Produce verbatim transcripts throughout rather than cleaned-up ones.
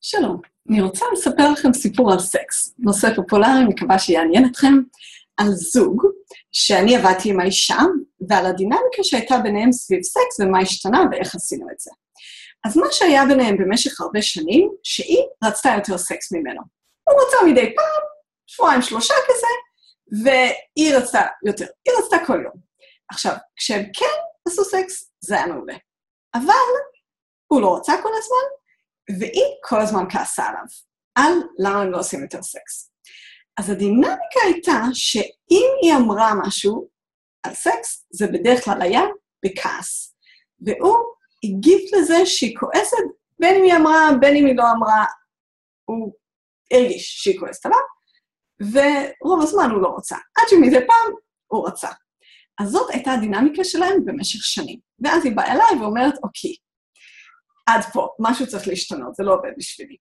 שלום, אני רוצה לספר לכם סיפור על סקס. נושא פופולרי, מקווה שיעניין אתכם, על זוג שאני עבדתי עם האישה, ועל הדינמיקה שהייתה ביניהם סביב סקס ומה השתנה ואיך עשינו את זה. אז מה שהיה ביניהם במשך הרבה שנים, שהיא רצתה יותר סקס ממנו. הוא רצה מדי פעם, שבועיים שלושה כזה, והיא רצתה יותר. היא רצתה כל יום. עכשיו, כשהם כן עשו סקס, זה היה מעולה. אבל הוא לא רצה כל הזמן, והיא כל הזמן כעסה עליו, על למה הם לא עושים יותר סקס. אז הדינמיקה הייתה שאם היא אמרה משהו על סקס, זה בדרך כלל היה בכעס. והוא הגיב לזה שהיא כועסת, בין אם היא אמרה, בין אם היא לא אמרה, הוא הרגיש שהיא כועסת עליו, ורוב הזמן הוא לא רוצה. עד שמדי פעם הוא רצה. אז זאת הייתה הדינמיקה שלהם במשך שנים. ואז היא באה אליי ואומרת, אוקיי, עד פה, משהו צריך להשתנות, זה לא עובד בשבילי.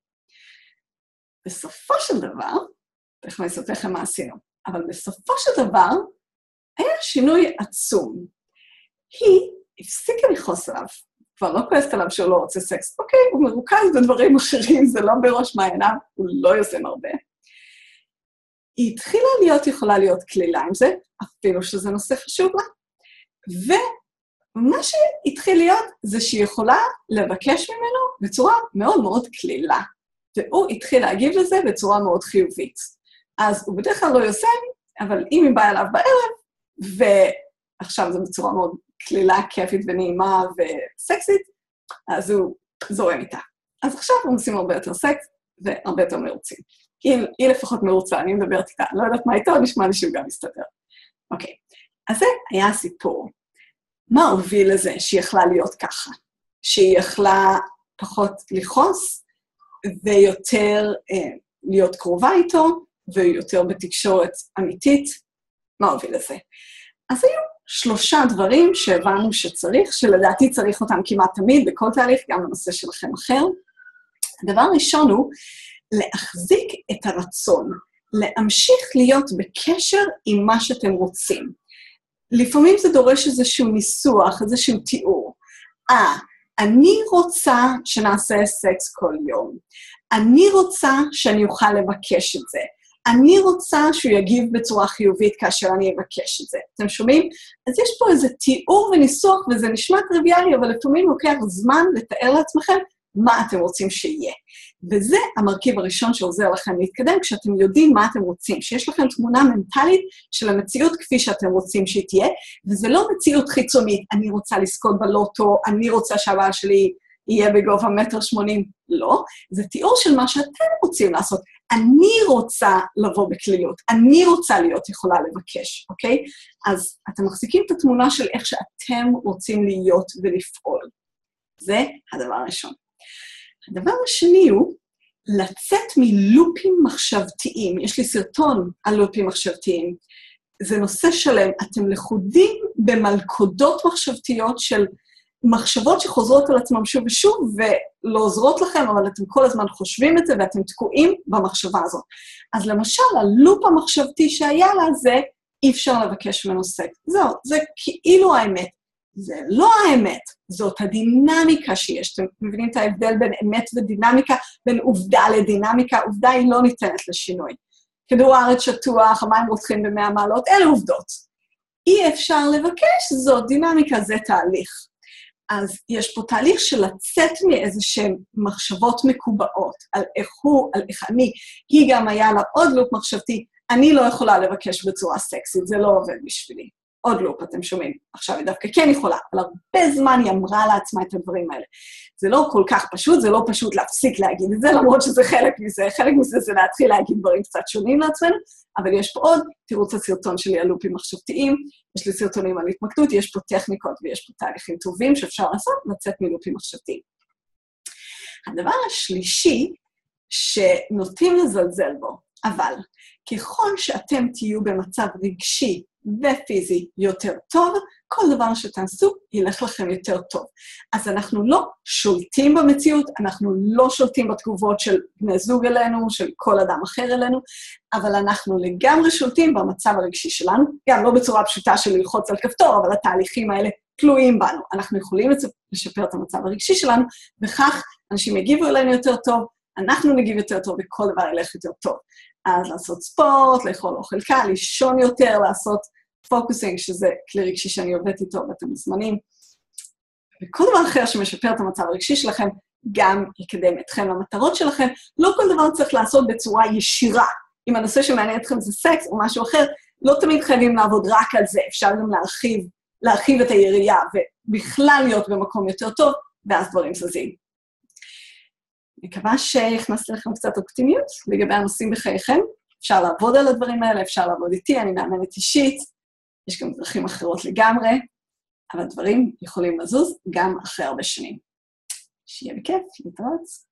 בסופו של דבר, תכף אני אספר לכם מה עשינו, אבל בסופו של דבר, היה שינוי עצום. היא הפסיקה לכעוס עליו, כבר לא כועסת עליו שהוא לא רוצה סקס, אוקיי, הוא מרוכז בדברים אחרים, זה לא בראש מעייניו, הוא לא יוזם הרבה. היא התחילה להיות, יכולה להיות כלילה עם זה, אפילו שזה נושא חשוב לה, ו... מה שהתחיל להיות זה שהיא יכולה לבקש ממנו בצורה מאוד מאוד כלילה, והוא התחיל להגיב לזה בצורה מאוד חיובית. אז הוא בדרך כלל לא יוזם, אבל אם היא באה אליו בערב, ועכשיו זה בצורה מאוד כלילה, כיפית ונעימה וסקסית, אז הוא זורם איתה. אז עכשיו הם עושים הרבה יותר סקס, והרבה יותר מרוצים. היא, היא לפחות מרוצה, אני מדברת איתה, לא יודעת מה איתו, נשמע לי שהוא גם מסתדר. אוקיי, אז זה היה הסיפור. מה הוביל לזה שהיא יכלה להיות ככה? שהיא יכלה פחות לכעוס, ויותר אה, להיות קרובה איתו, ויותר בתקשורת אמיתית? מה הוביל לזה? אז היו שלושה דברים שהבנו שצריך, שלדעתי צריך אותם כמעט תמיד, בכל תהליך, גם בנושא שלכם אחר. הדבר הראשון הוא להחזיק את הרצון, להמשיך להיות בקשר עם מה שאתם רוצים. לפעמים זה דורש איזשהו ניסוח, איזשהו תיאור. אה, אני רוצה שנעשה סקס כל יום. אני רוצה שאני אוכל לבקש את זה. אני רוצה שהוא יגיב בצורה חיובית כאשר אני אבקש את זה. אתם שומעים? אז יש פה איזה תיאור וניסוח, וזה נשמע טריוויאלי, אבל לפעמים לוקח זמן לתאר לעצמכם מה אתם רוצים שיהיה. וזה המרכיב הראשון שעוזר לכם להתקדם, כשאתם יודעים מה אתם רוצים, שיש לכם תמונה מנטלית של המציאות כפי שאתם רוצים שהיא תהיה, וזה לא מציאות חיצונית, אני רוצה לזכות בלוטו, אני רוצה שהבעל שלי יהיה בגובה מטר שמונים, לא, זה תיאור של מה שאתם רוצים לעשות. אני רוצה לבוא בכלילות, אני רוצה להיות יכולה לבקש, אוקיי? אז אתם מחזיקים את התמונה של איך שאתם רוצים להיות ולפעול. זה הדבר הראשון. הדבר השני הוא לצאת מלופים מחשבתיים. יש לי סרטון על לופים מחשבתיים. זה נושא שלם. אתם לכודים במלכודות מחשבתיות של מחשבות שחוזרות על עצמם שוב ושוב, ולא עוזרות לכם, אבל אתם כל הזמן חושבים את זה, ואתם תקועים במחשבה הזאת. אז למשל, הלופ המחשבתי שהיה לה זה, אי אפשר לבקש ממנו סקס. זהו, זה כאילו האמת. זה לא האמת, זאת הדינמיקה שיש. אתם מבינים את ההבדל בין אמת ודינמיקה, בין עובדה לדינמיקה? עובדה היא לא ניתנת לשינוי. כדור הארץ שטוח, המים רותחים במאה מעלות, אלה עובדות. אי אפשר לבקש, זאת דינמיקה, זה תהליך. אז יש פה תהליך של לצאת מאיזשהן מחשבות מקובעות, על איך הוא, על איך אני. היא גם היה לה עוד לופ מחשבתי, אני לא יכולה לבקש בצורה סקסית, זה לא עובד בשבילי. עוד לופ, אתם שומעים, עכשיו היא דווקא כן יכולה, אבל הרבה זמן היא אמרה לעצמה את הדברים האלה. זה לא כל כך פשוט, זה לא פשוט להפסיק להגיד את זה, למרות שזה חלק מזה, חלק מזה זה להתחיל להגיד דברים קצת שונים לעצמנו, אבל יש פה עוד, תראו את הסרטון שלי על לופים מחשבתיים, יש לי סרטונים על התמקדות, יש פה טכניקות ויש פה תהליכים טובים שאפשר לעשות, לצאת מלופים מחשבתיים. הדבר השלישי, שנוטים לזלזל בו, אבל ככל שאתם תהיו במצב רגשי ופיזי יותר טוב, כל דבר שתעשו ילך לכם יותר טוב. אז אנחנו לא שולטים במציאות, אנחנו לא שולטים בתגובות של בני זוג אלינו, של כל אדם אחר אלינו, אבל אנחנו לגמרי שולטים במצב הרגשי שלנו, גם לא בצורה פשוטה של ללחוץ על כפתור, אבל התהליכים האלה תלויים בנו. אנחנו יכולים לשפר את המצב הרגשי שלנו, וכך אנשים יגיבו אלינו יותר טוב, אנחנו נגיב יותר טוב וכל דבר ילך יותר טוב. אז לעשות ספורט, לאכול אוכל קל, לישון יותר, לעשות פוקוסינג, שזה כלי רגשי שאני עובדת איתו ואתם מוזמנים. וכל דבר אחר שמשפר את המצב הרגשי שלכם, גם יקדם אתכם למטרות שלכם. לא כל דבר צריך לעשות בצורה ישירה. אם הנושא שמעניין אתכם זה סקס או משהו אחר, לא תמיד חייבים לעבוד רק על זה, אפשר גם להרחיב, להרחיב את היריעה, ובכלל להיות במקום יותר טוב, ואז דברים זזים. אני מקווה שהכנסתי לכם קצת אופטימיות לגבי הנושאים בחייכם. אפשר לעבוד על הדברים האלה, אפשר לעבוד איתי, אני מאמנת אישית, יש גם דרכים אחרות לגמרי, אבל דברים יכולים לזוז גם אחרי הרבה שנים. שיהיה בכיף, להתראות.